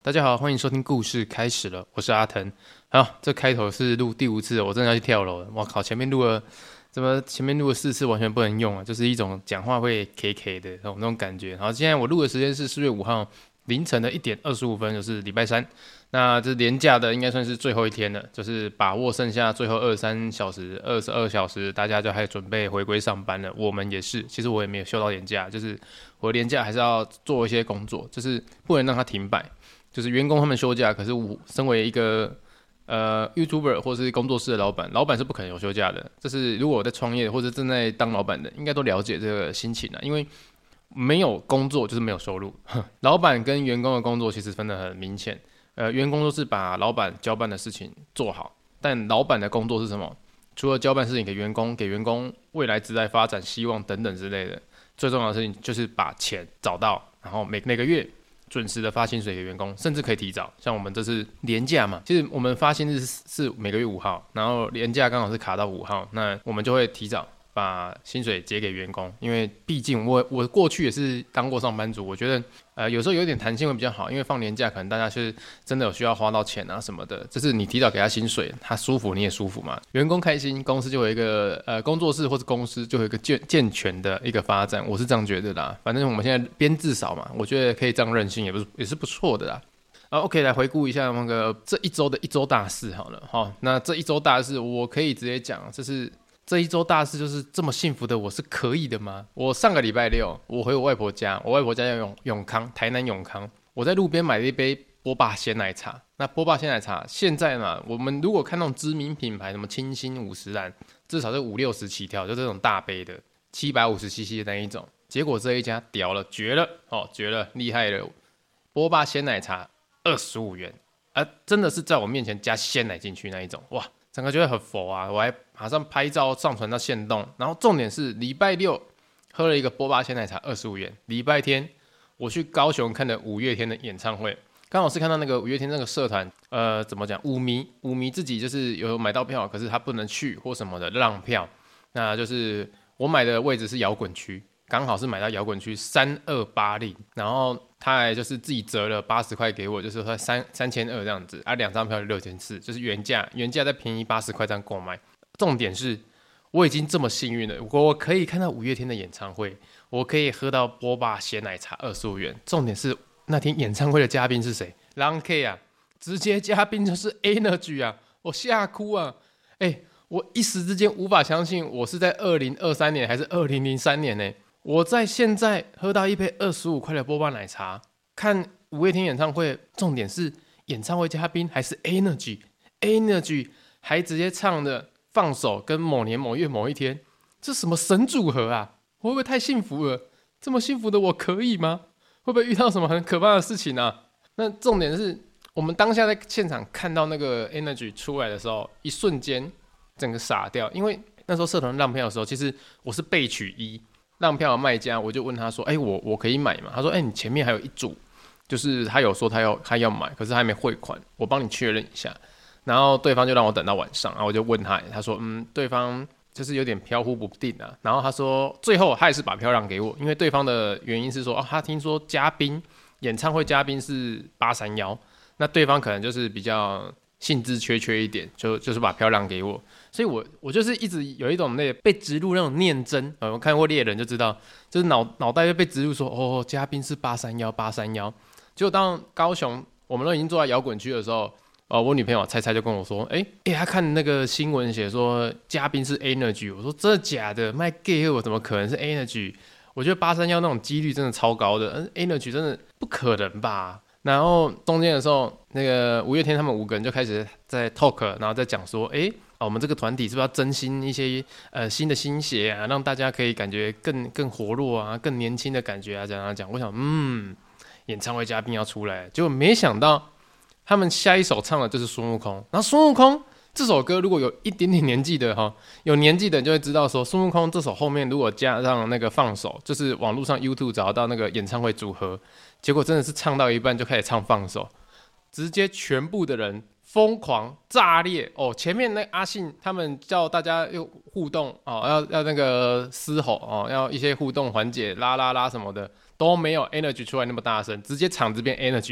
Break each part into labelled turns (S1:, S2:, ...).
S1: 大家好，欢迎收听故事开始了，我是阿腾。好，这开头是录第5次了，我真的要去跳楼了。我靠，前面录了4次完全不能用啊，就是一种讲话会 K 的那种感觉。好，现在我录的时间是4月5号凌晨的1点25分，就是礼拜三。那这连假的应该算是最后一天了，就是把握剩下最后23小时、22小时，大家就还准备回归上班了。我们也是，其实我也没有休到连假，就是我连假还是要做一些工作，就是不能让它停摆。就是员工他们休假，可是我身为一个YouTuber 或是工作室的老板是不可能有休假的。这是如果我在创业或者正在当老板的，应该都了解这个心情啊。因为没有工作就是没有收入。老板跟员工的工作其实分得很明显。员工都是把老板交办的事情做好，但老板的工作是什么？除了交办事情给员工未来职业发展希望等等之类的，最重要的事情就是把钱找到，然后每个月准时的发薪水给员工，甚至可以提早。像我们这是年假嘛，其实我们发薪日是每个月5号，然后年假刚好是卡到5号，那我们就会提早把薪水结给员工。因为毕竟我过去也是当过上班族，我觉得有时候有点弹性会比较好，因为放年假可能大家是真的有需要花到钱啊什么的，就是你提早给他薪水，他舒服你也舒服嘛，员工开心，公司就有一个工作室或是公司就有一个健全的一个发展，我是这样觉得啦。反正我们现在编制少嘛，我觉得可以这样任性也是不错的啦。OK， 来回顾一下那个这一周的一周大事好了。好，那这一周大事我可以直接讲，这一周大事就是这么幸福的我是可以的吗？我上个礼拜六我回我外婆家，我外婆家叫永康，台南永康。我在路边买了一杯波霸鲜奶茶。那波霸鲜奶茶现在嘛，我们如果看那种知名品牌，什么清新50兰，至少是50-60起跳，就这种大杯的750cc 的那一种。结果这一家屌了，绝了，绝了，厉害了！波霸鲜奶茶25元，真的是在我面前加鲜奶进去那一种，哇！整个觉得很佛啊，我还马上拍照上传到限动。然后重点是礼拜六喝了一个波霸鲜奶茶25元，礼拜天我去高雄看了五月天的演唱会，刚好是看到那个五月天那个社团，怎么讲，五迷自己就是有买到票，可是他不能去或什么的让票，那就是我买的位置是摇滚区，刚好是买到摇滚区3280，然后他还就是自己折了80块给我，就是说3200这样子啊，2张票就6400，就是原价再便宜80块这样购买。重点是我已经这么幸运了，我可以看到五月天的演唱会，我可以喝到波霸鲜奶茶25元。重点是那天演唱会的嘉宾是谁？郎 K 啊，直接嘉宾就是 Energy 啊，我吓哭啊！我一时之间无法相信，我是在2023年还是2003年呢？我在现在喝到一杯25块的波霸奶茶，看五月天演唱会，重点是演唱会嘉宾还是 Energy 还直接唱的放手跟某年某月某一天，这什么神组合啊？我会不会太幸福了？这么幸福的我可以吗？会不会遇到什么很可怕的事情啊？那重点是我们当下在现场看到那个 Energy 出来的时候，一瞬间整个傻掉，因为那时候社团让票的时候，其实我是备取一。让票的卖家，我就问他说：“我可以买吗？”他说：“你前面还有一组，就是他有说他要买，可是他还没汇款，我帮你确认一下。”然后对方就让我等到晚上，然后我就问他说：“对方就是有点飘忽不定啊。”然后他说，最后他也是把票让给我，因为对方的原因是说，他听说演唱会嘉宾是831，那对方可能就是比较兴致缺一点，就是把票让给我。所以我就是一直有一种那个被植入那种念真，我看过猎人就知道，就是脑袋就被植入说，嘉宾是831，结果当高雄我们都已经坐在摇滚区的时候，我女朋友猜就跟我说，她看那个新闻写说嘉宾是 Energy， 我说真的假的？卖 gay 我怎么可能是 Energy？ 我觉得831那种几率真的超高的，Energy 真的不可能吧？然后中间的时候，那个五月天他们5个人就开始在 talk， 然后在讲说，我们这个团体是不是要更新一些新的新血啊，让大家可以感觉更活络啊，更年轻的感觉啊，这样讲。我想，演唱会嘉宾要出来，结果没想到他们下一首唱的就是孙悟空。然后孙悟空这首歌，如果有一点点年纪的有年纪的就会知道说，孙悟空这首后面如果加上那个放手，就是网络上 YouTube 找到那个演唱会组合，结果真的是唱到一半就开始唱放手，直接全部的人疯狂炸裂前面那阿信他们叫大家又互动要那个嘶吼要一些互动环节啦啦啦什么的都没有 Energy 出来那么大声，直接场子变 Energy 的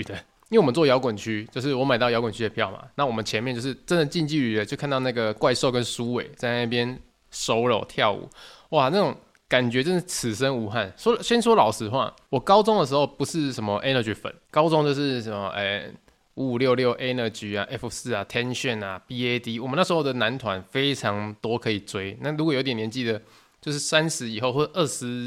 S1: 因为我们做摇滚区，就是我买到摇滚区的票嘛，那我们前面就是真的近距离的就看到那个怪兽跟苏伟在那边solo跳舞，哇，那种感觉真是此生无憾。先说老实话，我高中的时候不是什么 Energy 粉，高中就是什么5566 Energy 啊 F4 啊 Tension 啊 BAD， 我们那时候的男团非常多可以追。那如果有点年纪的，就是30以后或者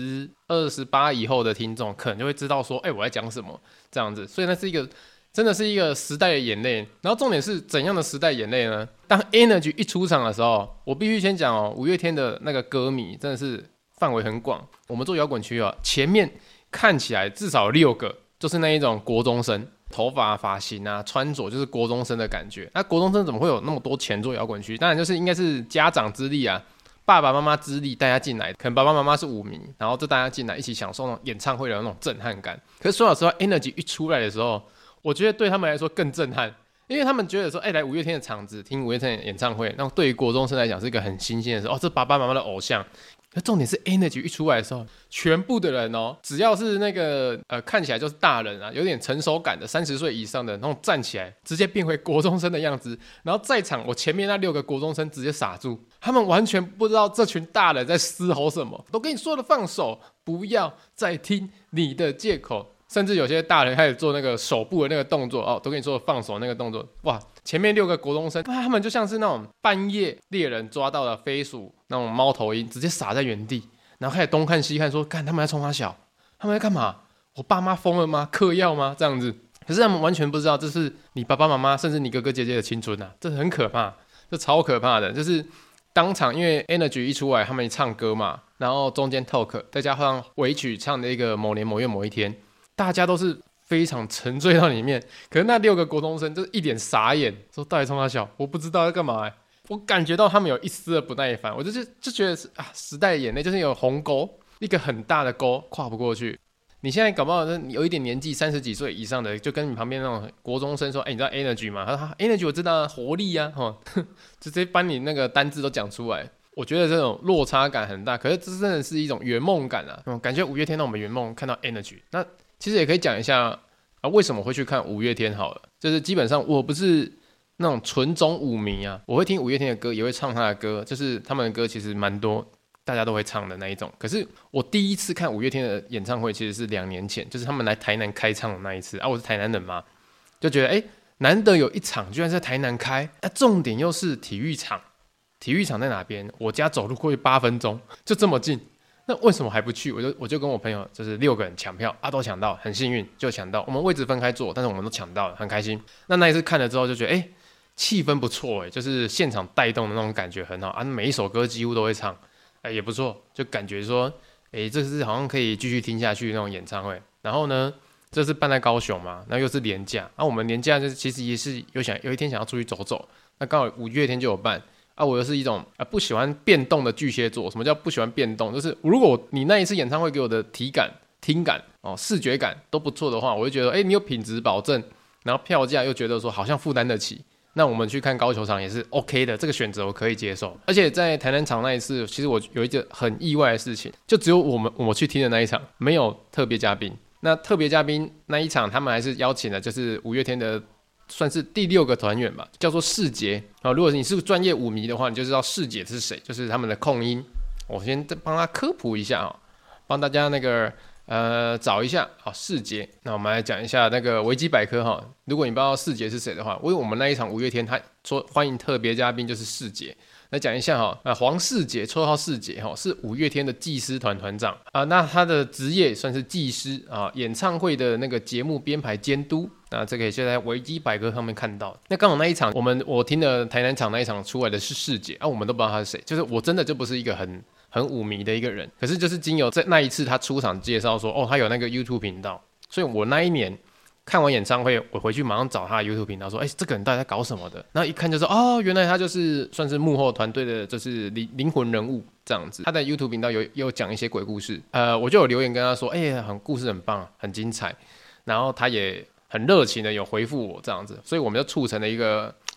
S1: 28以后的听众，可能就会知道说，我在讲什么这样子。所以那是一个真的是一个时代的眼泪。然后重点是怎样的时代眼泪呢？当 Energy 一出场的时候，我必须先讲哦，五月天的那个歌迷真的是范围很广。我们做摇滚区啊，前面看起来至少6个，就是那一种国中生，头发发型啊，穿着就是国中生的感觉。那国中生怎么会有那么多钱做摇滚区？当然就是应该是家长之力啊。爸爸妈妈资历带他进来，可能爸爸妈妈是舞迷，然后就带他进来一起享受那种演唱会的那种震撼感。可是说老实话 ，Energy 一出来的时候，我觉得对他们来说更震撼，因为他们觉得说，来五月天的场子听五月天的演唱会，那对于国中生来讲是一个很新鲜的事哦，这爸爸妈妈的偶像。可重点是 Energy 一出来的时候，全部的人哦，只要是那个看起来就是大人啊，有点成熟感的30岁以上的那种站起来，直接变回国中生的样子。然后在场我前面那6个国中生直接傻住，他们完全不知道这群大人在嘶吼什么，都跟你说了放手，不要再听你的借口。甚至有些大人开始做那个手部的那个动作哦，都跟你说放手那个动作，哇！前面6个国中生，他们就像是那种半夜猎人抓到了飞鼠那种猫头鹰，直接撒在原地，然后开始东看西看，说：“看他们在冲他小，他们在干嘛？我爸妈疯了吗？嗑药吗？这样子。”可是他们完全不知道，这是你爸爸妈妈，甚至你哥哥姐姐的青春啊，这很可怕，这超可怕的。就是当场，因为 Energy 一出来，他们一唱歌嘛，然后中间 talk， 再加上尾曲唱的一个某年某月某一天。大家都是非常沉醉到里面，可是那6个国中生就是一脸傻眼，说到底冲他笑，我不知道在干嘛我感觉到他们有一丝的不耐烦，我就觉得是时代的眼泪就是有鸿沟，一个很大的沟跨不过去。你现在搞不好有一点年纪30几岁以上的，就跟你旁边那种国中生说，你知道 Energy 吗？他说 Energy 我知道，活力啊，就直接把你那个单字都讲出来。我觉得这种落差感很大，可是这真的是一种圆梦感啊，感觉五月天让我们圆梦看到 Energy。那其实也可以讲一下为什么会去看五月天好了，就是基本上我不是那种纯种舞迷啊，我会听五月天的歌，也会唱他的歌，就是他们的歌其实蛮多大家都会唱的那一种。可是我第一次看五月天的演唱会其实是2年前，就是他们来台南开唱的那一次我是台南人嘛，就觉得难得有一场居然在台南开，重点又是体育场。体育场在哪边？我家走路过去8分钟，就这么近。那为什么还不去？我就跟我朋友就是6个人抢票都抢到，很幸运就抢到。我们位置分开坐，但是我们都抢到了，很开心。那一次看了之后就觉得气氛不错就是现场带动的那种感觉很好每一首歌几乎都会唱也不错，就感觉说这是好像可以继续听下去那种演唱会。然后呢，这是办在高雄嘛，那又是连假我们连假就是其实也是有一天想要出去走走，那刚好五月天就有办。我又是一种不喜欢变动的巨蟹座。什么叫不喜欢变动？就是如果你那一次演唱会给我的体感、听感、视觉感都不错的话，我就觉得你有品质保证，然后票价又觉得说好像负担得起，那我们去看高球场也是 OK 的，这个选择我可以接受。而且在台南场那一次，其实我有一件很意外的事情，就只有我去听的那一场没有特别嘉宾。那特别嘉宾那一场，他们还是邀请了就是五月天的。算是第6个团员吧，叫做世杰如果你是专业舞迷的话，你就知道世杰是谁，就是他们的控音。我先帮他科普一下帮大家那个找一下世杰。那我们来讲一下那个维基百科如果你不知道世杰是谁的话，因为我们那一场五月天他说欢迎特别嘉宾就是世杰。来讲一下黄世杰，绰号世杰是五月天的技师团团长那他的职业算是技师演唱会的那个节目编排监督。那这个也是在维基百科上面看到。那刚好那一场我听的台南场那一场出来的是世杰我们都不知道他是谁，就是我真的就不是一个很舞迷的一个人。可是就是经由在那一次他出场介绍说他有那个 YouTube 频道，所以我那一年看完演唱会，我回去马上找他的 YouTube 频道说这个人到底在搞什么的。然后一看就说原来他就是算是幕后团队的就是灵魂人物这样子。他的 YouTube 频道有讲一些鬼故事我就有留言跟他说故事很棒很精彩，然后他也很热情的有回复我这样子，所以我们就促成了一个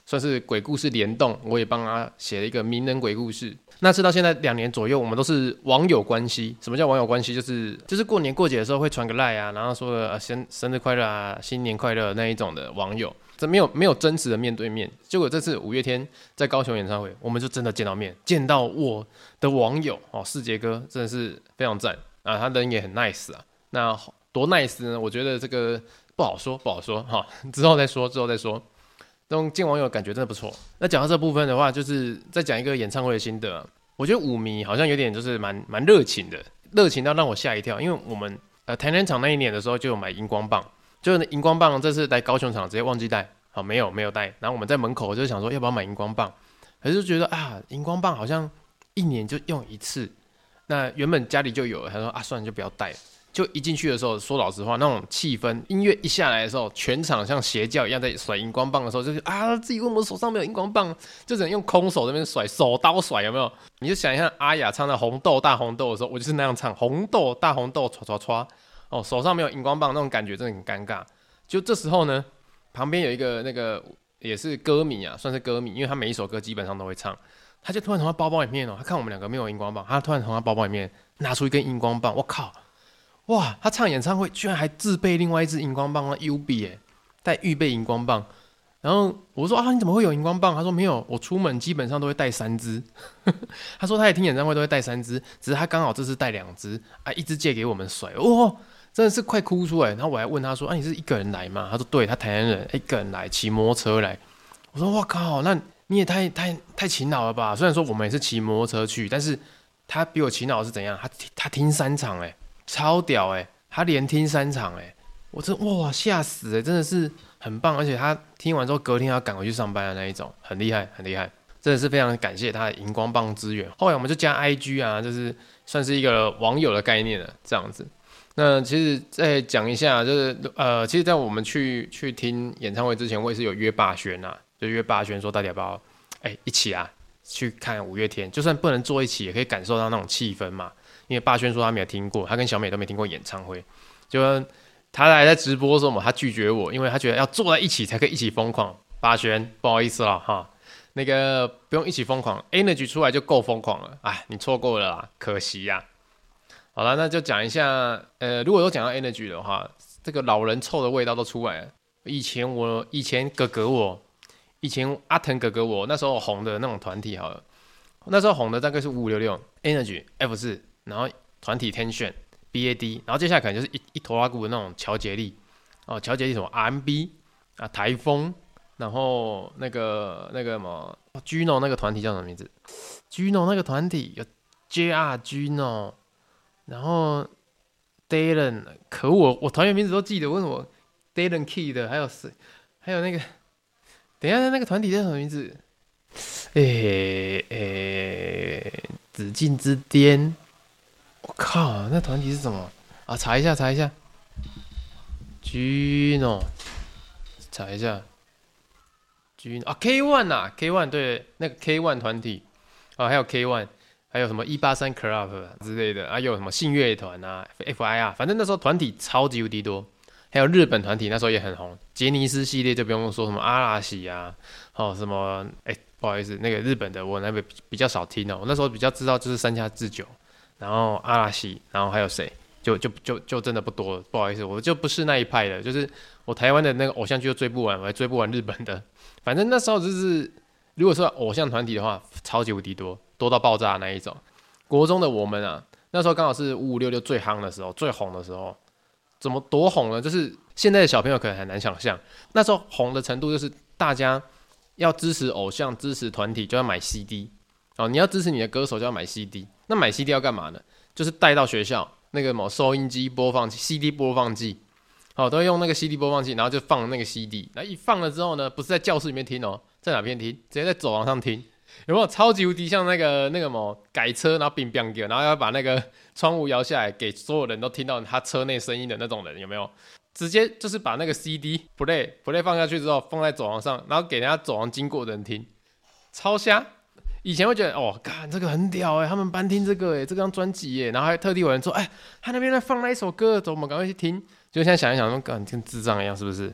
S1: 算是鬼故事联动，我也帮他写了一个名人鬼故事。那直到现在2年左右，我们都是网友关系。什么叫网友关系？就是过年过节的时候会传个赖啊，然后说生日快乐啊，新年快乐那一种的网友。这没有真实的面对面。结果这次5月天在高雄演唱会，我们就真的见到面，见到我的网友哦，世杰哥真的是非常赞啊，他人也很 nice 啊。那多 nice 呢？我觉得这个不好说哈，之后再说。那种见网友的感觉真的不错。那讲到这部分的话，就是再讲一个演唱会的心得啊。我觉得舞迷好像有点就是蛮热情的，热情到让我吓一跳。因为我们台南场那一年的时候就有买荧光棒，就是荧光棒这次来高雄场直接忘记带，好没有带。然后我们在门口就想说要不要买荧光棒，可是就觉得啊荧光棒好像1年就用一次，那原本家里就有了，他说啊算了就不要带了。就一进去的时候，说老实话，那种气氛，音乐一下来的时候，全场像邪教一样在甩荧光棒的时候，就是啊，自己为什么手上没有荧光棒，就只能用空手在那边甩，手刀甩，有没有？你就想一下，阿雅唱的《红豆大红豆》的时候，我就是那样唱，红豆大红豆，唰唰唰，哦，手上没有荧光棒，那种感觉真的很尴尬。就这时候呢，旁边有一个那个也是歌迷啊，算是歌迷，因为他每一首歌基本上都会唱，他就突然从他包包里面哦，他看我们2个没有荧光棒，他突然从他包包里面拿出一根荧光棒，我靠！哇，他唱演唱会居然还自备另外一支荧光棒，UB 带预备荧光棒。然后我说啊，你怎么会有荧光棒？他说没有，我出门基本上都会带3支。他说他也听演唱会都会带3支，只是他刚好这次带2支啊，一支借给我们甩。哦，真的是快哭出来。然后我还问他说啊，你是一个人来吗？他说对，他台南人，一个人来，骑摩托车来。我说哇靠，那你也太勤劳了吧？虽然说我们也是骑摩托车去，但是他比我勤劳是怎样？他听3场超屌他连听3场我真哇吓死真的是很棒，而且他听完之后隔天要赶回去上班的那一种，很厉害，真的是非常感谢他的荧光棒资源。后来我们就加 IG 啊，就是算是一个网友的概念了，这样子。那其实再讲一下，就是其实在我们去听演唱会之前，我也是有约霸轩啊，就约霸轩说大家要不要一起啊去看5月天，就算不能坐一起，也可以感受到那种气氛嘛。因为霸轩说他没有听过，他跟小美都没听过演唱会，就他来在直播的时候他拒绝我，因为他觉得要坐在一起才可以一起疯狂。霸轩，不好意思啦哈，那个不用一起疯狂 ，Energy 出来就够疯狂了，哎，你错过了啦，可惜呀。好了，那就讲一下，如果都讲到 Energy 的话，这个老人臭的味道都出来了。以前哥哥我，以前阿腾哥哥我那时候红的那种团体好了，那时候红的大概是5566 Energy F4。然后团体 Tension、BAD， 然后接下来可能就是一头拉骨的那种乔杰利哦，乔杰利什么 RMB 啊，台风，然后那个什么 Gino 那个团体叫什么名字 ？Gino 那个团体有 JR Gino， 然后 Dylan， 可恶，我团员名字都记得，为什么 Dylan Key 的还有谁？还有那个，等一下那个团体叫什么名字？紫禁之巅。我靠，那团体是什么啊？查一下 ，Gino， 查一下 ，Gino 啊 ，K1 啊 ，K1 对，那个 K1 团体啊，还有 K1， 还有什么183 Club 之类的，还有什么信乐团啊 ，FI 啊，反正那时候团体超级无敌多，还有日本团体那时候也很红，杰尼斯系列就不用说什么阿拉西啊，什么不好意思，那个日本的我那边比较少听我那时候比较知道就是3家之久。然后阿拉西，然后还有谁？就真的不多了，不好意思，我就不是那一派的。就是我台湾的那个偶像剧都追不完，我还追不完日本的。反正那时候就是，如果说偶像团体的话，超级无敌多到爆炸那一种。国中的我们啊，那时候刚好是5566最夯的时候，最红的时候。怎么多红呢？就是现在的小朋友可能很难想象，那时候红的程度就是大家要支持偶像、支持团体就要买 CD。哦，你要支持你的歌手就要买 CD， 那买 CD 要干嘛呢？就是带到学校那个什么收音机播放器、CD 播放器，都会用那个 CD 播放器，然后就放那个 CD， 然后一放了之后呢，不是在教室里面听在哪边听？直接在走廊上听，有没有超级无敌像那个什么改车，然后冰冰然后要把那个窗户摇下来，给所有人都听到他车内声音的那种人，有没有？直接就是把那个 CD play 放下去之后，放在走廊上，然后给人家走廊经过的人听，超瞎。以前会觉得干这个很屌他们班听这个这张专辑然后还特地有人说他那边在放那一首歌，走，我们赶快去听。就现在想一想说，干跟智障一样是不是？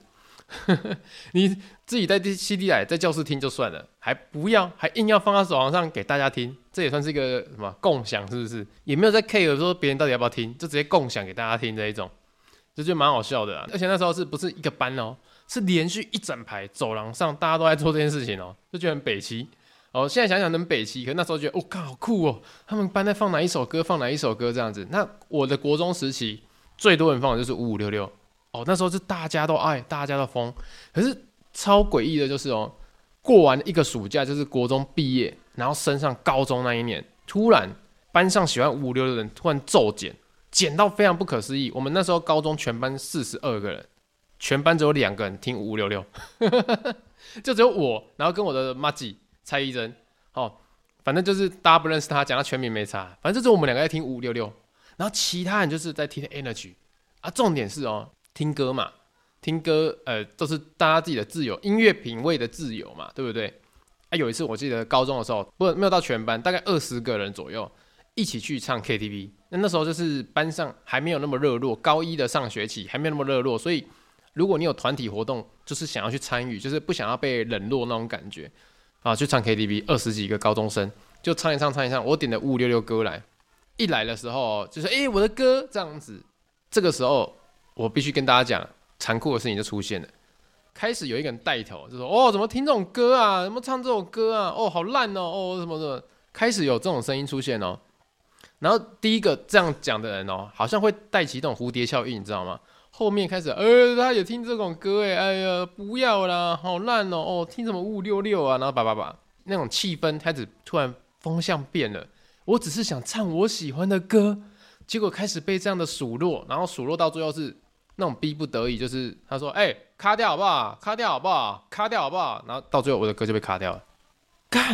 S1: 你自己带 CD 来在教室听就算了，还不要，还硬要放在手机上给大家听，这也算是一个什么共享，是不是？也没有在 care 说别人到底要不要听，就直接共享给大家听这一种，就觉得蛮好笑的啊。而且那时候是不是一个班哦，是连续一整排走廊上大家都在做这件事情哦，就觉得很北七。现在想想能北七，可那时候觉得看好酷哦，他们班在放哪一首歌，放哪一首歌这样子。那我的国中时期最多人放的就是5566。那时候是大家都爱，大家都疯。可是超诡异的就是过完一个暑假，就是国中毕业，然后升上高中那一年，突然班上喜欢5566的人突然骤减，减到非常不可思议。我们那时候高中全班42个人，全班只有2个人听5566，就只有我，然后跟我的麻吉蔡依珍，反正就是大家不认识他，讲他全名没差，反正就只有我们2个在听5566，然后其他人就是在听 Energy 啊。重点是听歌嘛，听歌都是大家自己的自由，音乐品味的自由嘛，对不对？有一次我记得高中的时候，没有到全班，大概20个人左右一起去唱 KTV。那时候就是班上还没有那么热络，高一的上学期还没有那么热络，所以如果你有团体活动，就是想要去参与，就是不想要被冷落那种感觉去唱 KTV，20几个高中生就唱一唱。我点的5566歌来，一来的时候就是我的歌这样子。这个时候我必须跟大家讲，残酷的事情就出现了。开始有一个人带头，就说怎么听这种歌啊，怎么唱这种歌啊，好烂哦，什么的，开始有这种声音出现哦。然后第一个这样讲的人好像会带起这种蝴蝶效应，你知道吗？后面开始他也听这种歌哎呀不要啦，好烂哦，听什么5566啊，然后叭，那种气氛开始突然风向变了。我只是想唱我喜欢的歌，结果开始被这样的数落，然后数落到最后是那种逼不得已，就是他说卡掉好不好，卡掉好不好，卡掉好不好，然后到最后我的歌就被卡掉了。干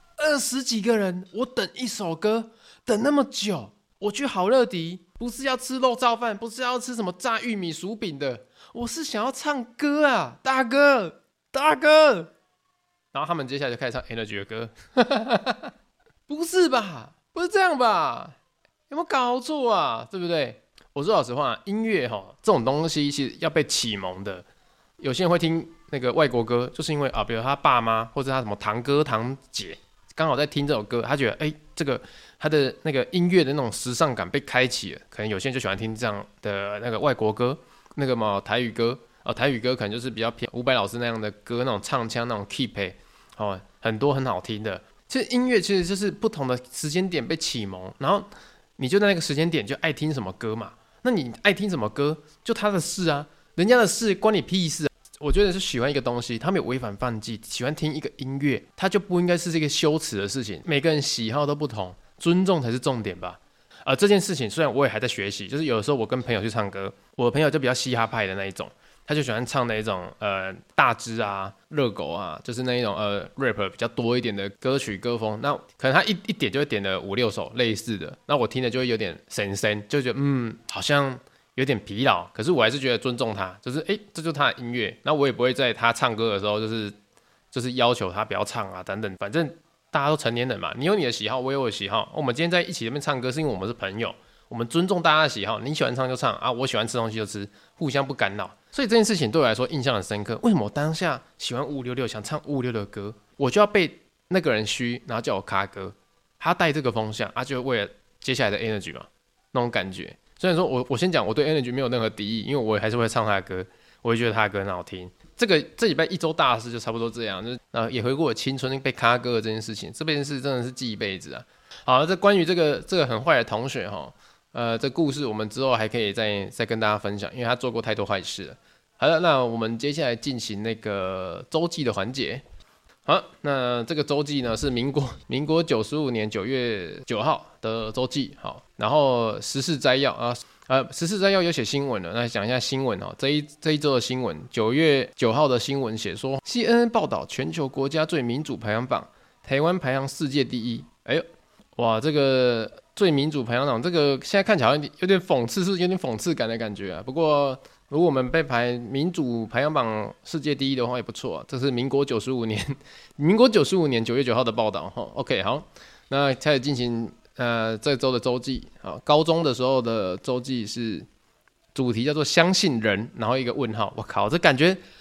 S1: 20几个人，我等一首歌等那么久，我去好乐迪不是要吃肉燥饭，不是要吃什么炸玉米薯饼的，我是想要唱歌啊，大哥。然后他们接下来就开始唱 Energy 的歌不是吧，不是这样吧，有没有搞错啊，对不对？我说老实话，音乐这种东西其实要被启蒙的。有些人会听那个外国歌，就是因为比如他爸妈或者他什么堂哥堂姐刚好在听这首歌，他觉得这个他的那个音乐的那种时尚感被开启了。可能有些人就喜欢听这样的那个外国歌，那个嘛台语歌台语歌可能就是比较偏伍佰老师那样的歌，那种唱腔那种 keep 很多很好听的。其实音乐其实就是不同的时间点被启蒙，然后你就在那个时间点就爱听什么歌嘛。那你爱听什么歌就他的事啊，人家的事关你屁事啊。我觉得是喜欢一个东西，他没有违反犯纪，喜欢听一个音乐，他就不应该是一个羞耻的事情。每个人喜好都不同，尊重才是重点吧。这件事情虽然我也还在学习，就是有的时候我跟朋友去唱歌，我的朋友就比较嘻哈派的那一种，他就喜欢唱那一种大只啊、热狗啊，就是那一种rap 比较多一点的歌曲歌风。那可能他一点就会点了5-6首类似的，那我听了就会有点神，就觉得好像有点疲劳。可是我还是觉得尊重他，就是这就是他的音乐，那我也不会在他唱歌的时候就是要求他不要唱啊等等，反正大家都成年人嘛，你有你的喜好，我有我的喜好。我们今天在一起这边唱歌，是因为我们是朋友，我们尊重大家的喜好。你喜欢唱就唱啊，我喜欢吃东西就吃，互相不干扰。所以这件事情对我来说印象很深刻。为什么我当下喜欢5566，想唱5566的歌，我就要被那个人虚，然后叫我卡歌？他带这个风向，就为了接下来的 Energy 嘛，那种感觉。虽然说我先讲，我对 Energy 没有任何敌意，因为我还是会唱他的歌，我会觉得他的歌很好听。这礼拜一周大事就差不多这样，就是也回顾我青春被卡歌的这件事情，这件事真的是记一辈子啊。好，这关于这个很坏的同学这故事我们之后还可以再跟大家分享，因为他做过太多坏事了。好了，那我们接下来进行那个周记的环节。好，那这个周记呢是民国95年9月9号的周记。好，然后时事摘要时事摘要有写新闻了，那讲一下新闻这一周的新闻。9月9号的新闻写说 ，CNN 报道全球国家最民主排行榜，台湾排行世界第一。哇，这个最民主排行榜，这个现在看起来有点讽刺，是有点讽刺感的感觉啊。不过如果我们被排民主排行榜世界第一的话也不错这是民国95年9月9号的报道OK， 好，那开始进行这周的周记。好，高中的时候的周记是主题叫做相信人，然后一个问号。我靠，这感觉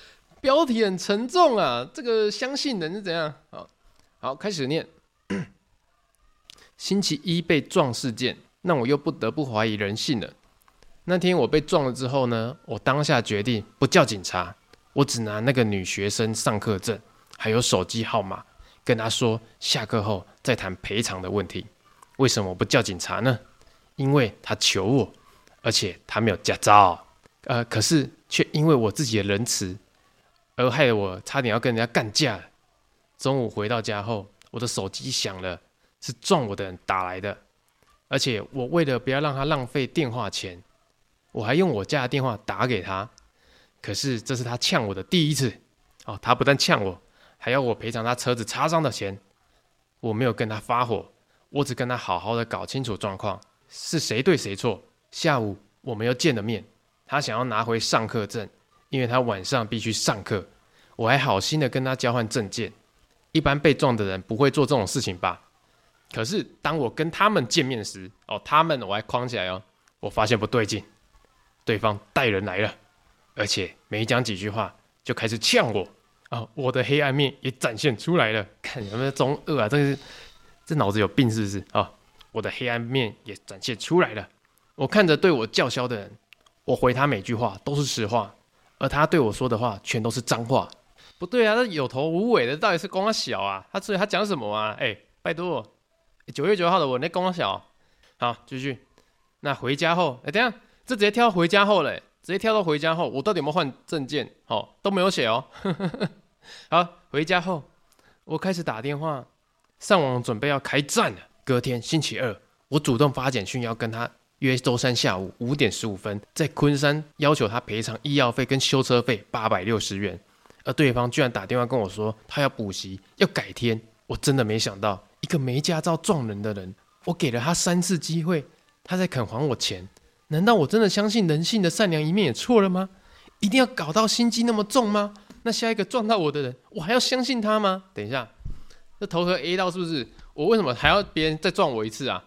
S1: 标题很沉重啊，这个相信人是怎样？好，开始念。星期一被撞事件，那我又不得不怀疑人性了。那天我被撞了之后呢，我当下决定不叫警察，我只拿那个女学生上课证还有手机号码，跟她说下课后再谈赔偿的问题。为什么我不叫警察呢？因为她求我，而且她没有驾照。可是却因为我自己的仁慈，而害得我差点要跟人家干架了。中午回到家后，我的手机响了，是撞我的人打来的，而且我为了不要让他浪费电话钱，我还用我家的电话打给他。可是这是他呛我的第一次。他不但呛我，还要我赔偿他车子擦伤的钱。我没有跟他发火，我只跟他好好的搞清楚状况，是谁对谁错。下午我们又见了面，他想要拿回上课证，因为他晚上必须上课。我还好心的跟他交换证件。一般被撞的人不会做这种事情吧？可是当我跟他们见面时，他们我还框起来我发现不对劲，对方带人来了，而且没讲几句话就开始呛我我的黑暗面也展现出来了。看有没有中二啊？这脑子有病是不是我的黑暗面也展现出来了。我看着对我叫嚣的人，我回他每句话都是实话，而他对我说的话全都是脏话。不对啊，这有头无尾的到底是公他小啊？所以他讲什么啊？拜托，9月9号的我那公他小。好，继续。那回家后，等一下，这直接跳到回家后了，直接跳到回家后，我到底有没有换证件？都没有写好，回家后，我开始打电话上网，准备要开战了。隔天星期二，我主动发简讯要跟他约周三下午5点15分，在昆山要求他赔偿医药费跟修车费860元。而对方居然打电话跟我说他要补习，要改天。我真的没想到，一个没驾照撞人的人，我给了他3次机会，他才肯还我钱。难道我真的相信人性的善良一面也错了吗？一定要搞到心机那么重吗？那下一个撞到我的人，我还要相信他吗？等一下，这头壳 A 到是不是？我为什么还要别人再撞我一次啊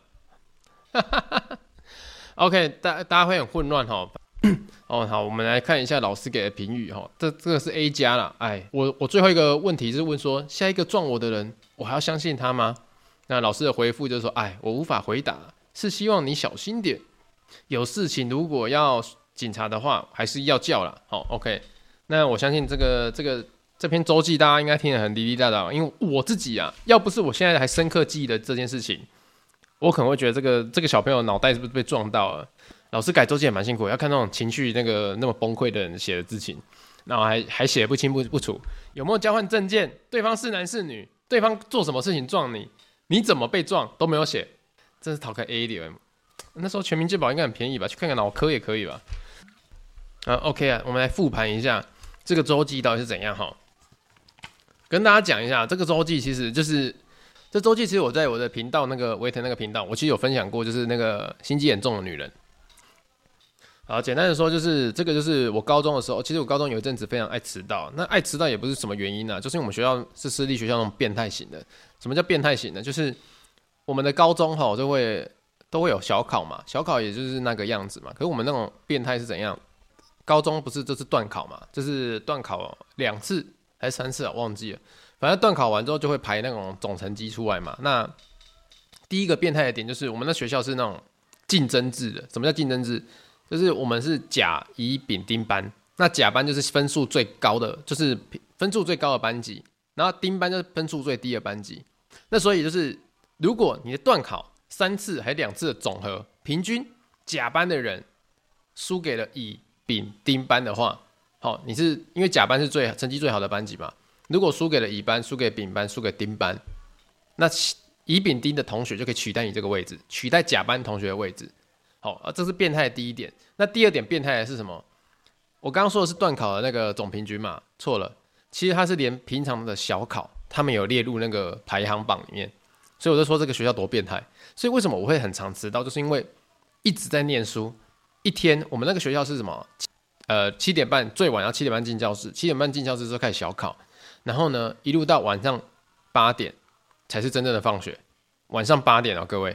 S1: ？OK， 大家会很混乱好，我们来看一下老师给的评语这个是 A 加啦。我最后一个问题是问说，下一个撞我的人，我还要相信他吗？那老师的回复就是说，我无法回答，是希望你小心点。有事情如果要警察的话，还是要叫啦。OK， 那我相信这篇周记大家应该听得很滴滴答答，因为我自己要不是我现在还深刻记忆的这件事情，我可能会觉得这个小朋友脑袋是不是被撞到了？老师改周记也蛮辛苦，要看那种情绪那么崩溃的人写的字情，然后还写得不清不楚，有没有交换证件，对方是男是女，对方做什么事情撞你，你怎么被撞都没有写，真是逃开 A 点。那时候全民健保应该很便宜吧？去看看脑科也可以吧？OK 我们来复盘一下这个周记到底是怎样跟大家讲一下，这个周记其实就是这周记，其实我在我的频道那个维腾那个频道，我其实有分享过，就是那个心机严重的女人。好，简单的说，就是这个就是我高中的时候，其实我高中有一阵子非常爱迟到。那爱迟到也不是什么原因就是因为我们学校是私立学校那种变态型的。什么叫变态型呢？就是我们的高中都会有小考嘛，小考也就是那个样子嘛。可是我们那种变态是怎样？高中不是就是段考嘛，就是段考2次还是3次忘记了。反正段考完之后就会排那种总成绩出来嘛。那第一个变态的点就是我们那学校是那种竞争制的。什么叫竞争制？就是我们是甲乙丙丁班，那甲班就是分数最高的，就是分数最高的班级，然后丁班就是分数最低的班级。那所以就是如果你的段考3次还2次的总和，平均甲班的人输给了乙丙丁班的话，你是因为甲班是成绩最好的班级嘛，如果输给了乙班、输给丙班、输给丁班，那乙丙丁的同学就可以取代你这个位置，取代甲班同学的位置。这是变态的第一点。那第二点变态的是什么？我刚刚说的是段考的那个总平均嘛，错了。其实它是连平常的小考，他们有列入那个排行榜里面。所以我就说这个学校多变态。所以为什么我会很常迟到，就是因为一直在念书。一天我们那个学校是什么？7点半最晚要7点半进教室，7点半进教室之后开始小考，然后呢一路到晚上8点才是真正的放学。晚上8点各位。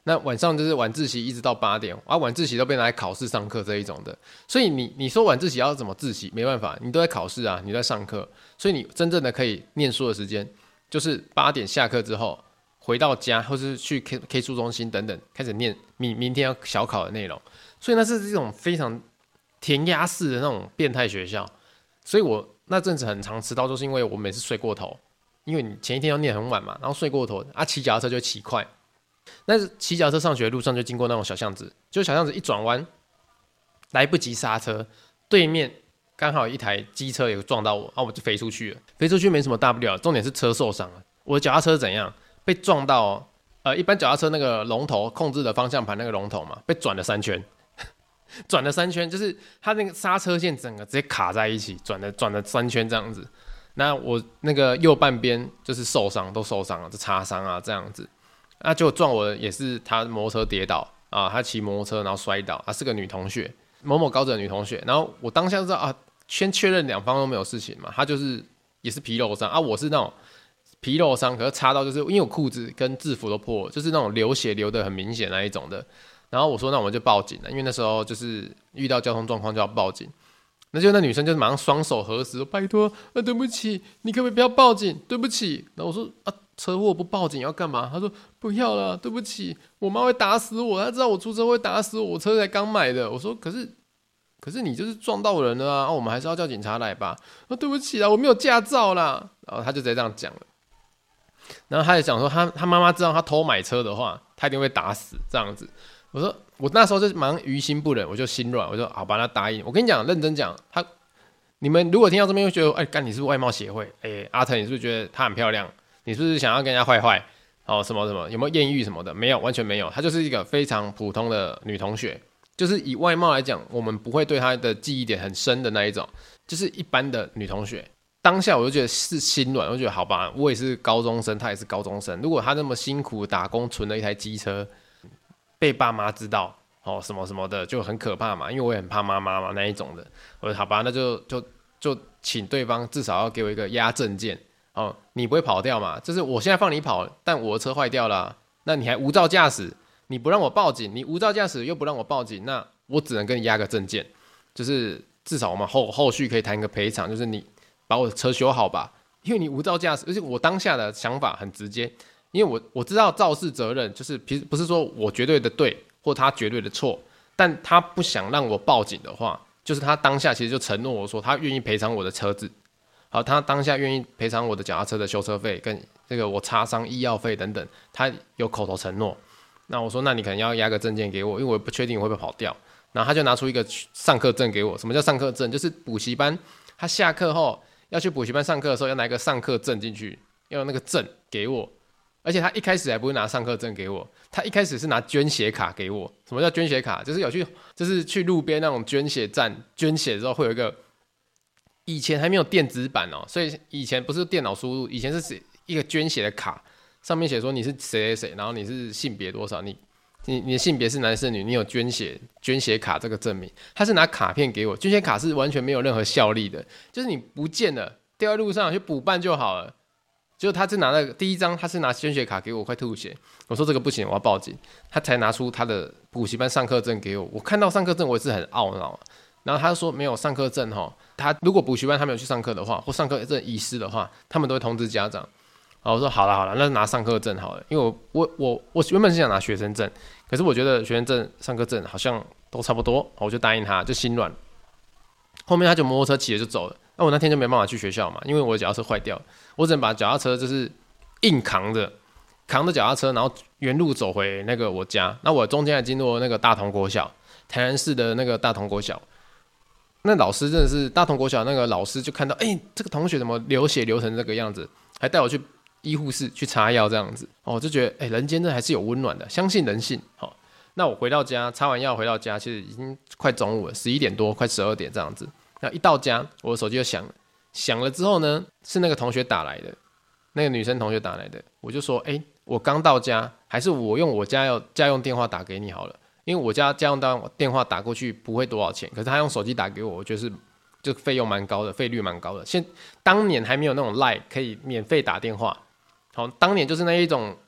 S1: 那晚上就是晚自习一直到8点，晚自习都被拿来考试上课这一种的。所以你说晚自习要怎么自习？没办法，你都在考试啊，你都在上课，所以你真正的可以念书的时间，就是8点下课之后回到家，或是去 K 书中心等等，开始念明天要小考的内容。所以那是这种非常填鸭式的那种变态学校。所以我那阵子很常迟到，就是因为我每次睡过头，因为你前一天要念很晚嘛，然后睡过头骑脚踏车就会骑快。那骑脚踏车上学的路上就经过那种小巷子，就小巷子一转弯，来不及刹车，对面刚好有一台机车也撞到我，我就飞出去了。飞出去没什么大不了，重点是车受伤了。我的脚踏车怎样？被撞到一般脚踏车那个龙头控制的方向盘那个龙头嘛，被转了3圈。转了3圈，就是它那个刹车线整个直接卡在一起，转了3圈这样子。那我那个右半边就是都受伤了，这擦伤啊这样子。那就撞我的也是他摩托车跌倒啊，他骑摩托车然后摔倒，是个女同学，某某高中的女同学。然后我当下就知道先确认2方都没有事情嘛，他就是也是皮肉伤我是那种皮肉伤，可是擦到就是因为我裤子跟制服都破了，就是那种流血流得很明显那一种的。然后我说那我们就报警了，因为那时候就是遇到交通状况就要报警。那就那女生就马上双手合十说拜托对不起，你可不可以不要报警？对不起。然后我说车祸不报警要干嘛？他说不要啦，对不起，我妈会打死我，她知道我出车会打死我，我车才刚买的。我说可是你就是撞到人了我们还是要叫警察来吧。对不起啦，我没有驾照啦。然后他就直接这样讲了。然后他也讲说他妈妈知道他偷买车的话，他一定会打死这样子。我说我那时候就马上于心不忍，我就心软，我就好把他答应。我跟你讲，认真讲，你们如果听到这边会觉得，干你是不是外貌协会？阿腾你是不是觉得她很漂亮？你是不是想要跟人家坏坏？什么什么有没有艳遇什么的？没有，完全没有。她就是一个非常普通的女同学，就是以外貌来讲，我们不会对她的记忆点很深的那一种，就是一般的女同学。当下我就觉得是心软，我就觉得好吧，我也是高中生，她也是高中生。如果她那么辛苦打工存了一台机车，被爸妈知道什么什么的就很可怕嘛，因为我也很怕妈妈嘛那一种的。我说好吧，那就请对方至少要给我一个押证件你不会跑掉嘛？就是我现在放你跑，但我的车坏掉了那你还无照驾驶，你不让我报警，你无照驾驶又不让我报警，那我只能跟你押个证件，就是至少我们后续可以谈个赔偿，就是你把我的车修好吧，因为你无照驾驶。而且我当下的想法很直接，因为我知道肇事责任就是不是说我绝对的对或他绝对的错，但他不想让我报警的话，就是他当下其实就承诺我说他愿意赔偿我的车子，好，他当下愿意赔偿我的脚踏车的修车费跟这个我擦伤医药费等等，他有口头承诺。那我说那你可能要押个证件给我，因为我不确定我会不会跑掉。然后他就拿出一个上课证给我。什么叫上课证？就是补习班他下课后要去补习班上课的时候要拿一个上课证进去，要有那个证给我。而且他一开始还不会拿上课证给我，他一开始是拿捐血卡给我。什么叫捐血卡？就是去路边那种捐血站捐血之后会有一个，以前还没有电子版所以以前不是电脑输入，以前是一个捐血的卡，上面写说你是谁谁谁，然后你是性别多少，你的性别是男是女，你有捐血卡这个证明。他是拿卡片给我，捐血卡是完全没有任何效力的，就是你不见了掉在路上去补办就好了。结果他是拿那个第一张，他是拿捐血卡给我，快吐血。我说这个不行，我要报警。他才拿出他的补习班上课证给我。我看到上课证，我也是很懊恼。然后他说没有上课证他如果补习班他没有去上课的话，或上课证遗失的话，他们都会通知家长。然后我说好了，那拿上课证好了，因为我原本是想拿学生证，可是我觉得学生证、上课证好像都差不多，我就答应他，就心软。后面他就摩托车骑了就走了。那我那天就没办法去学校嘛，因为我的脚踏车坏掉了，我只能把脚踏车就是硬扛着脚踏车，然后原路走回那个我家。那我中间还经过那个大同国小，台南市的那个大同国小。那老师真的是大同国小那个老师就看到，这个同学怎么流血流成这个样子，还带我去医护室去擦药这样子。就觉得人间真的还是有温暖的，相信人性。那我回到家擦完药回到家，其实已经快中午了，11点多快12点这样子。那一到家，我的手机就响了之后呢，是那个同学打来的，那个女生同学打来的。我就说，我刚到家，还是我用我家用电话打给你好了，因为我家用电话打过去不会多少钱，可是他用手机打给我，我觉得就费用蛮高的，费率蛮高的。当年还没有那种 LINE 可以免费打电话，当年就是那一种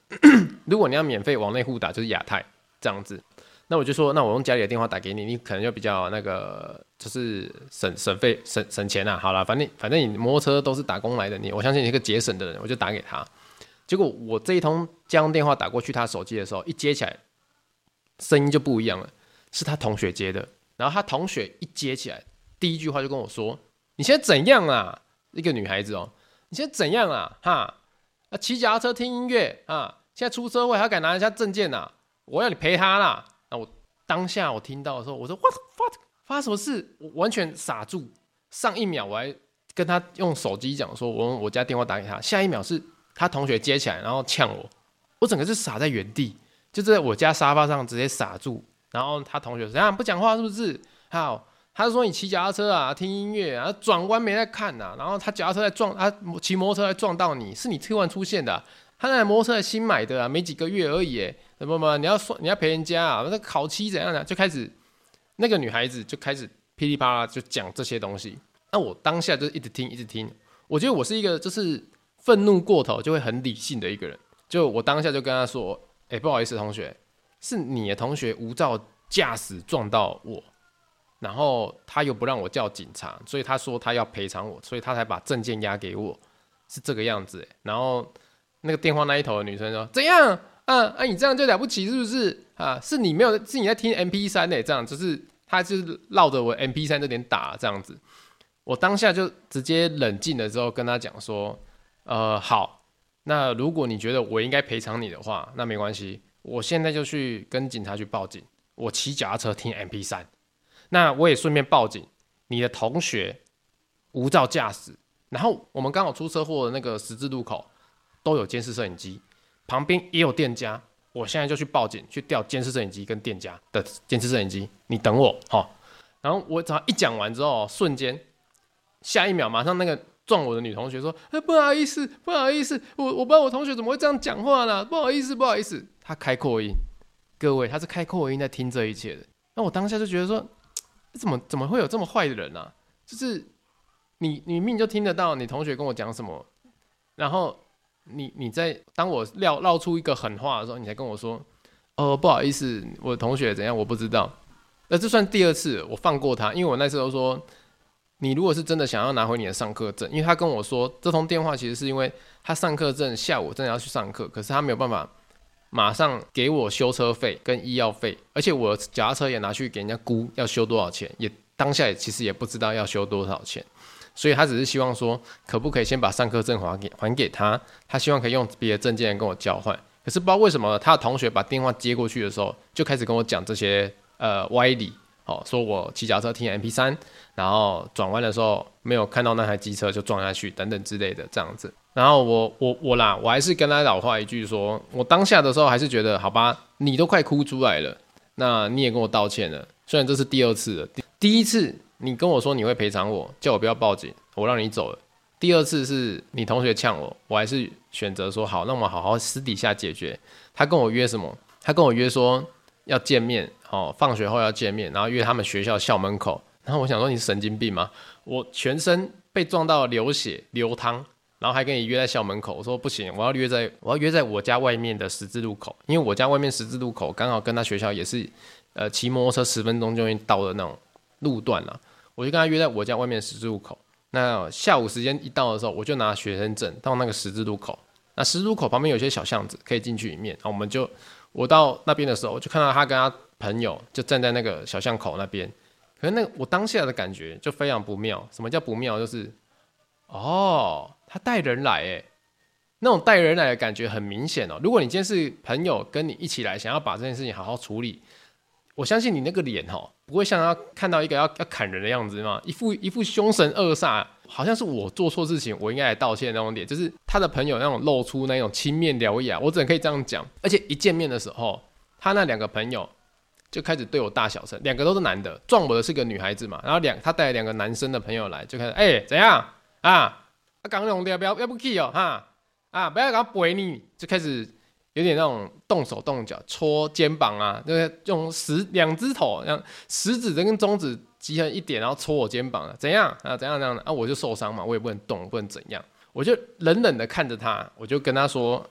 S2: 如果你要免费往内互打，就是亚太这样子。那我就说，那我用家里的电话打给你，你可能就比较那个，就是省费省钱啊。好啦，反正你摩托车都是打工来的，我相信你是个节省的人，我就打给他。结果我这一通家用电话打过去他手机的时候，一接起来，声音就不一样了，是他同学接的。然后他同学一接起来，第一句话就跟我说：“你现在怎样啊？”一个女孩子哦，你现在怎样啊？哈，骑脚踏车听音乐啊，现在出社会还敢拿人家证件啊？我要你赔他啦！那我当下我听到的时候，我说 what 发生什么事？我完全傻住。上一秒我还跟他用手机讲说，我用我家电话打给他，下一秒是他同学接起来，然后呛我，我整个是傻在原地，就在我家沙发上直接傻住。然后他同学说：“啊，不讲话是不是？”好，他说你骑脚踏车啊，听音乐啊，转弯没在看啊，然后他脚踏车在撞，他骑摩托车在撞到你，是你突然出现的、啊。他那台摩托车新买的啊，没几个月而已，什么你要赔人家啊？那烤漆怎样的？就开始那个女孩子就开始噼里啪啦就讲这些东西。那我当下就一直听。我觉得我是一个就是愤怒过头就会很理性的一个人。就我当下就跟他说：“不好意思，同学，是你的同学无照驾驶撞到我，然后他又不让我叫警察，所以他说他要赔偿我，所以他才把证件押给我，是这个样子。”然后那个电话那一头的女生说：“怎样啊？你这样就了不起是不是啊？是你没有，是你在听 MP3 这样就是他就是绕着我 MP3 这点打这样子。”我当下就直接冷静了之后跟他讲说：“好，那如果你觉得我应该赔偿你的话，那没关系，我现在就去跟警察去报警。我骑脚踏车听 MP3，那我也顺便报警，你的同学无照驾驶，然后我们刚好出车祸的那个十字路口。”都有监视摄影机，旁边也有店家，我现在就去报警，去调监视摄影机跟店家的监视摄影机，你等我齁。然后我只要一讲完之后，瞬间下一秒马上那个撞我的女同学说：“不好意思，我不知道我同学怎么会这样讲话啦，不好意思。”他开扩音，各位，他是开扩音在听这一切的。那我当下就觉得说，怎么会有这么坏的人啊？就是你明明就听得到你同学跟我讲什么，然后。你在当我唠出一个狠话的时候，你才跟我说：“不好意思，我的同学怎样，我不知道。”那这算第二次，我放过他，因为我那时候说，你如果是真的想要拿回你的上课证，因为他跟我说这通电话其实是因为他上课证下午真的要去上课，可是他没有办法马上给我修车费跟医药费，而且我脚踏车也拿去给人家估要修多少钱，也当下其实也不知道要修多少钱。所以他只是希望说，可不可以先把上课证还给他？他希望可以用别的证件跟我交换。可是不知道为什么，他的同学把电话接过去的时候，就开始跟我讲这些歪理，说我骑脚车听 MP3，然后转弯的时候没有看到那台机车就撞下去等等之类的这样子。然后我还是跟他老话一句说，我当下的时候还是觉得好吧，你都快哭出来了，那你也跟我道歉了。虽然这是第二次了，第一次。你跟我说你会赔偿我，叫我不要报警，我让你走了。第二次是你同学呛我，我还是选择说好，那我们好好私底下解决。他跟我约什么？他跟我约说要见面，放学后要见面，然后约他们学校校门口。然后我想说你是神经病吗？我全身被撞到流血流汤，然后还跟你约在校门口。我说不行，我要约在我家外面的十字路口，因为我家外面十字路口刚好跟他学校也是骑摩托车10分钟就会到的那种路段啦。我就跟他约在我家外面的十字路口。那下午时间一到的时候，我就拿学生证到那个十字路口。那十字路口旁边有些小巷子可以进去里面。然后我到那边的时候，我就看到他跟他朋友就站在那个小巷口那边。可是我当下的感觉就非常不妙。什么叫不妙？就是他带人来那种带人来的感觉很明显哦。如果你今天是朋友跟你一起来，想要把这件事情好好处理。我相信你那个脸不会像他看到一个要砍人的样子嘛，一副凶神恶煞，好像是我做错事情，我应该来道歉的那种脸，就是他的朋友那种露出那种青面獠牙，我只能可以这样讲。而且一见面的时候，他那2个朋友就开始对我大小声，2个都是男的，撞我的是个女孩子嘛，然后他带了2个男生的朋友来，就开始怎样啊？刚弄掉要不去不要给他陪你，就开始。有点那种动手动脚戳肩膀啊，就是用2只头，像食指跟中指集成一点，然后戳我肩膀怎样啊？怎样的我就受伤嘛，我也不能动，不能怎样，我就冷冷的看着他，我就跟他说，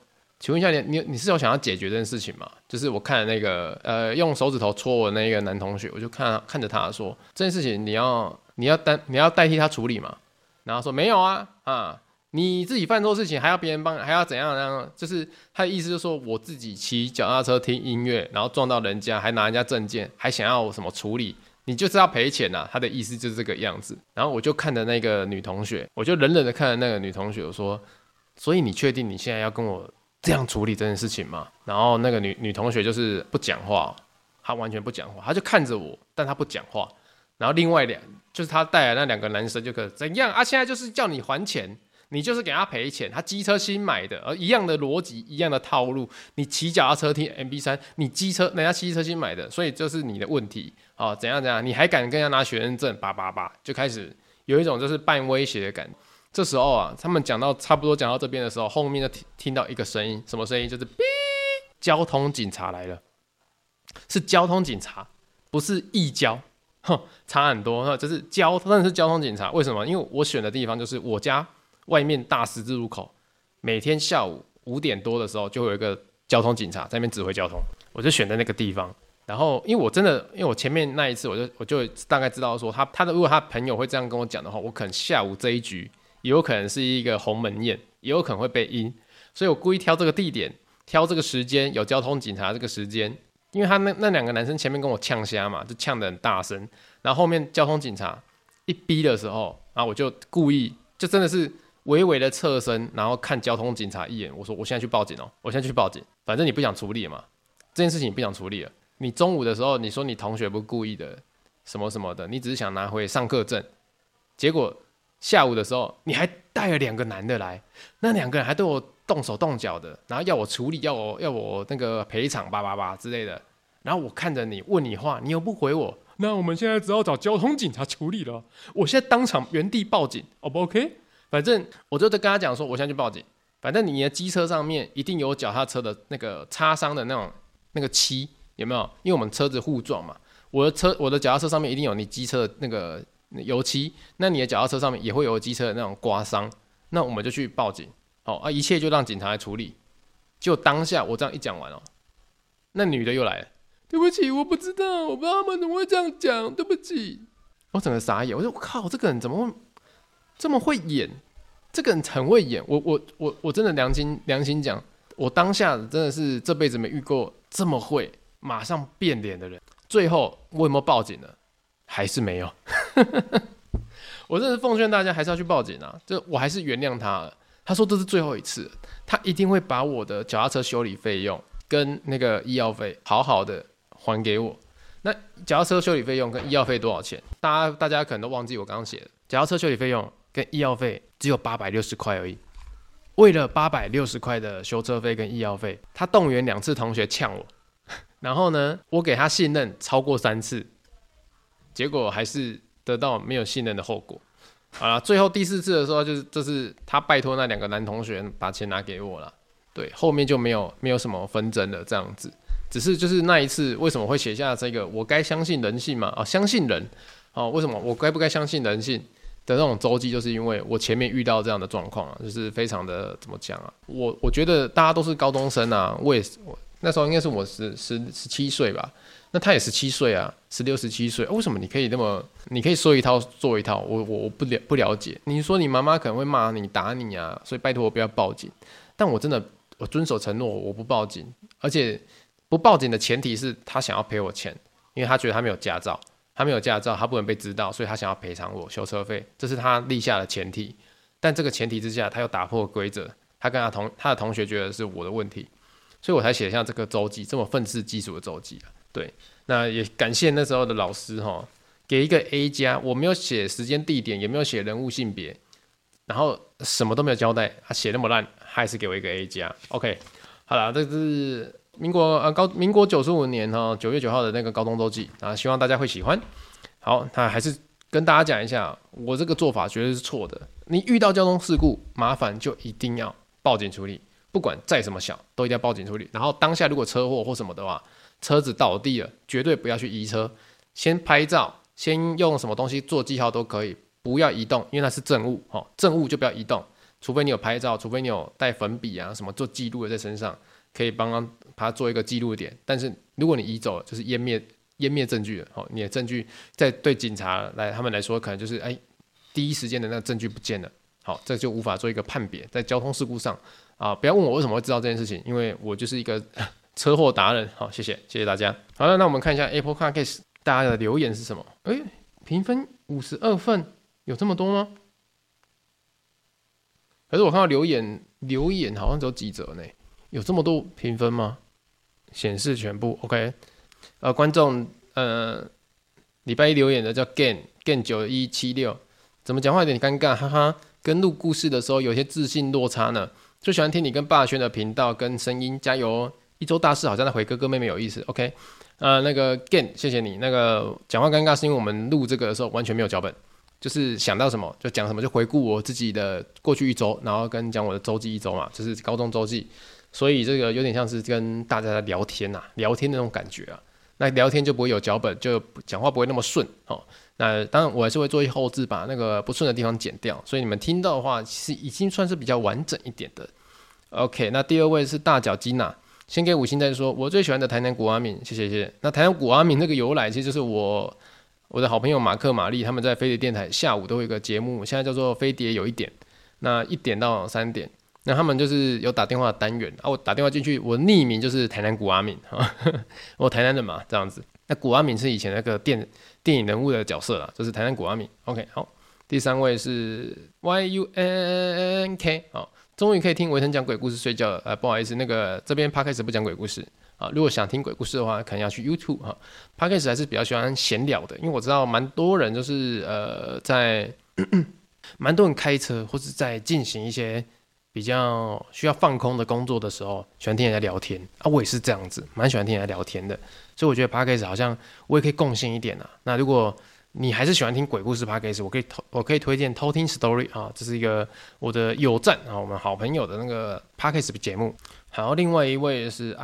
S2: 请问一下你是有想要解决这件事情吗？就是我看那个用手指头戳我那个男同学，我就看着他说这件事情你要代替他处理嘛？然后说没有啊，你自己犯错事情还要别人帮，还要怎样？就是他的意思就是说我自己骑脚踏车听音乐，然后撞到人家，还拿人家证件，还想要什么处理？你就是要赔钱啊！他的意思就是这个样子。然后我就看着那个女同学，我就冷冷的看着那个女同学，我说：所以你确定你现在要跟我这样处理这件事情吗？然后那个女同学就是不讲话，她完全不讲话，她就看着我，但她不讲话。然后另外就是她带来那2个男生就可怎样啊？现在就是叫你还钱。你就是给他赔钱，他机车新买的，一样的逻辑，一样的套路。你骑脚踏车听 MB3，你机车人家机车新买的，所以就是你的问题啊，怎样？你还敢跟人家拿学生证，就开始有一种就是半威胁的感觉。这时候啊，他们差不多讲到这边的时候，后面就听到一个声音，什么声音？就是哔，交通警察来了，是交通警察，不是义交，差很多，就是真的是交通警察。为什么？因为我选的地方就是我家外面大十字路口，每天下午5点多的时候就会有一个交通警察在那边指挥交通，我就选在那个地方。然后因为我前面那一次我就大概知道说如果他朋友会这样跟我讲的话，我可能下午这一局也有可能是一个鸿门宴，也有可能会被阴，所以我故意挑这个地点，挑这个时间，有交通警察这个时间，因为他那2个男生前面跟我呛虾嘛，就呛得很大声，然后后面交通警察一逼的时候，然后我就故意就真的是微微的侧身，然后看交通警察一眼，我说我现在去报警哦，我现在去报警，反正你不想处理嘛，这件事情你不想处理了。你中午的时候你说你同学不故意的，什么什么的，你只是想拿回上课证，结果下午的时候你还带了2个男的来，那2个人还对我动手动脚的，然后要我处理，要我那个赔偿之类的，然后我看着你问你话，你又不回我，那我们现在只好找交通警察处理了。我现在当场原地报警 ，O 不 OK？反正我就跟他讲说，我现在去报警。反正你的机车上面一定有脚踏车的那个擦伤的那个漆，有没有？因为我们车子互撞嘛，我的脚踏车上面一定有你机车的那个油漆，那你的脚踏车上面也会有机车的那种刮伤，那我们就去报警。好一切就让警察来处理。就当下我这样一讲完那女的又来了，对不起，我不知道他们怎么会这样讲，对不起。我整个傻眼，我说我靠，这个人怎么会这么会演？这个人很会演，我真的良心讲，我当下真的是这辈子没遇过这么会马上变脸的人。最后我有没有报警呢？还是没有。我真的奉劝大家还是要去报警啊！就我还是原谅他了。他说这是最后一次，他一定会把我的脚踏车修理费用跟那个医药费好好的还给我。那脚踏车修理费用跟医药费多少钱？大家可能都忘记我刚刚写的，脚踏车修理费用跟医药费只有860块而已。为了860块的修车费跟医药费，他动员2次同学呛我，然后呢，我给他信任超过3次，结果还是得到没有信任的后果。好啦，最后第4次的时候，就是他拜托那2个男同学把钱拿给我了。对，后面就没有什么纷争了，这样子。只是就是那一次，为什么会写下这个？我该相信人性吗？相信人。为什么我该不该相信人性的那种周记？就是因为我前面遇到这样的状况就是非常的怎么讲啊？我觉得大家都是高中生啊，我那时候应该是我17岁吧。那他也17岁啊，16、17岁，为什么你可以说一套做一套？我不了解。你说你妈妈可能会骂你、打你啊，所以拜托我不要报警。但我真的遵守承诺，我不报警，而且不报警的前提是他想要赔我钱，因为他觉得他没有驾照，他不能被知道，所以他想要赔偿我修车费，这是他立下的前提。但这个前提之下，他又打破规则，他跟他的同学觉得是我的问题，所以我才写下这个周记，这么愤世嫉俗的周记。对，那也感谢那时候的老师给一个 A 加，我没有写时间地点，也没有写人物性别，然后什么都没有交代，他写那么烂，还是给我一个 A 加。OK， 好了，这是民国95年9月9号的那个高中周记啊，希望大家会喜欢。好，那还是跟大家讲一下，我这个做法绝对是错的。你遇到交通事故，麻烦就一定要报警处理，不管再什么小，都一定要报警处理。然后当下如果车祸或什么的话，车子倒地了，绝对不要去移车，先拍照，先用什么东西做记号都可以，不要移动，因为那是证物，证物就不要移动。 除非你有拍照，除非你有带粉笔啊什么做记录的在身上，可以帮他做一个记录点。但是如果你移走了，就是湮灭证据了。你的证据在对警察他们来说，可能就是第一时间的那个证据不见了。好，这就无法做一个判别。在交通事故上不要问我为什么会知道这件事情，因为我就是一个车祸达人。好，谢谢大家。好了，那我们看一下 Apple Podcast 大家的留言是什么？评分52分，有这么多吗？可是我看到留言好像只有几则呢，有这么多评分吗？显示全部 OK。观众礼拜一留言的叫 Gan9176， 怎么讲话有点尴尬，哈哈，跟录故事的时候有些自信落差呢。最喜欢听你跟霸轩的频道跟声音，加油哦！一周大事好像在回哥哥妹妹有意思 ，OK。那个 Gan， 谢谢你。那个讲话尴尬是因为我们录这个的时候完全没有脚本，就是想到什么就讲什么，就回顾我自己的过去一周，然后跟讲我的周记一周嘛，就是高中周记，所以这个有点像是跟大家聊天聊天的那种感觉啊。那聊天就不会有脚本，就讲话不会那么顺哦。那当然我还是会做一后置，把那个不顺的地方剪掉，所以你们听到的话其实已经算是比较完整一点的。OK， 那第二位是大脚基娜，先给5星再说。我最喜欢的台南古阿敏，谢谢。那台南古阿敏这个由来，其实就是我的好朋友马克玛丽他们在飞碟电台下午都有一个节目，现在叫做飞碟有一点，那1点到3点。那他们就是有打电话的单元我打电话进去，我匿名就是台南古阿敏我台南人嘛，这样子。那古阿敏是以前那个电影人物的角色啦，就是台南古阿敏。OK， 好，第3位是 YUNK， 好，终于可以听维腾讲鬼故事睡觉了。不好意思，那个这边 Podcast 不讲鬼故事如果想听鬼故事的话，可能要去 YouTube Podcast 还是比较喜欢闲聊的，因为我知道蛮多人就是在蛮多人开车或是在进行一些比较需要放空的工作的时候，喜欢听人家聊天我也是这样子，蛮喜欢听人家聊天的，所以我觉得 Podcast 好像我也可以贡献一点那如果你还是喜欢听鬼故事 Podcast， 我可以推荐偷听 Story 这是一个我的友站我们好朋友的那个 Podcast 节目。好，另外一位是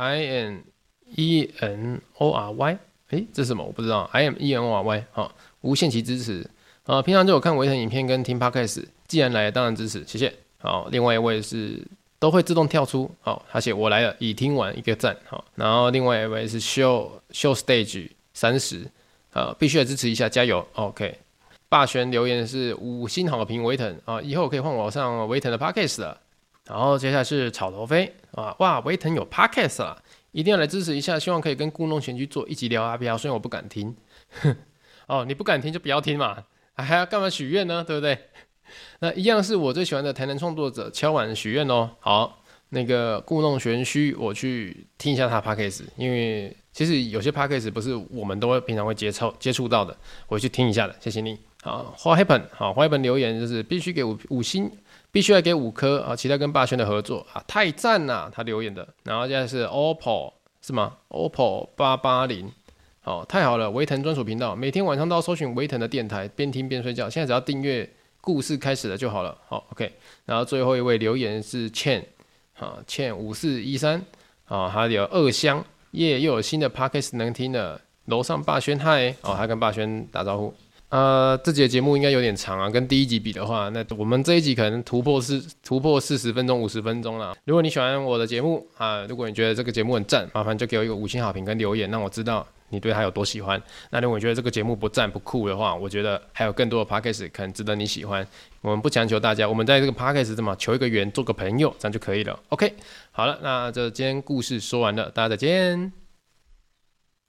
S2: IMENORY， 这是什么？我不知道。IMENORY 无限期支持平常就有看维腾影片跟听 Podcast， 既然来了当然支持，谢谢。好，另外一位是都会自动跳出，他写我来了，已听完1个赞。然后另外一位是 Show Stage 30，必须来支持一下，加油。OK， 霸轩留言是5星好评维腾以后可以换我上维腾的 Podcast 了。然后接下来是草头飞哇，维腾有 Podcast 啦，一定要来支持一下，希望可以跟故弄玄虚做一集聊阿飘，虽然我不敢听你不敢听就不要听嘛，还要干嘛许愿呢，对不对？那一样是我最喜欢的台南创作者敲碗许愿哦。好，那个故弄玄虚，我去听一下他的 Podcast， 因为其实有些 Podcast 不是我们都会平常会接触到的，我去听一下的，谢谢你。好，花黑本，花黑本留言就是必须给5星，必须要给5颗期待跟霸轩的合作太赞啦，他留言的。然后现在是 OPPO 是吗 ？OPPO 880。太好了，维腾专属频道，每天晚上都要搜寻维腾的电台，边听边睡觉。现在只要订阅故事开始了就好了。好 ，OK。然后最后一位留言是 Chen，Chen5413，他有2箱又有新的 Podcast 能听了。楼上霸轩嗨，他跟霸轩打招呼。这集的节目应该有点长跟第1集比的话，那我们这一集可能突破40分钟、50分钟了。如果你喜欢我的节目如果你觉得这个节目很赞，麻烦就给我一个5星好评跟留言，让我知道你对他有多喜欢。那如果你觉得这个节目不赞不酷的话，我觉得还有更多的 Podcast 可能值得你喜欢。我们不强求大家，我们在这个 Podcast 这么求一个缘，做个朋友，这样就可以了。OK， 好了，那这今天故事说完了，大家再见。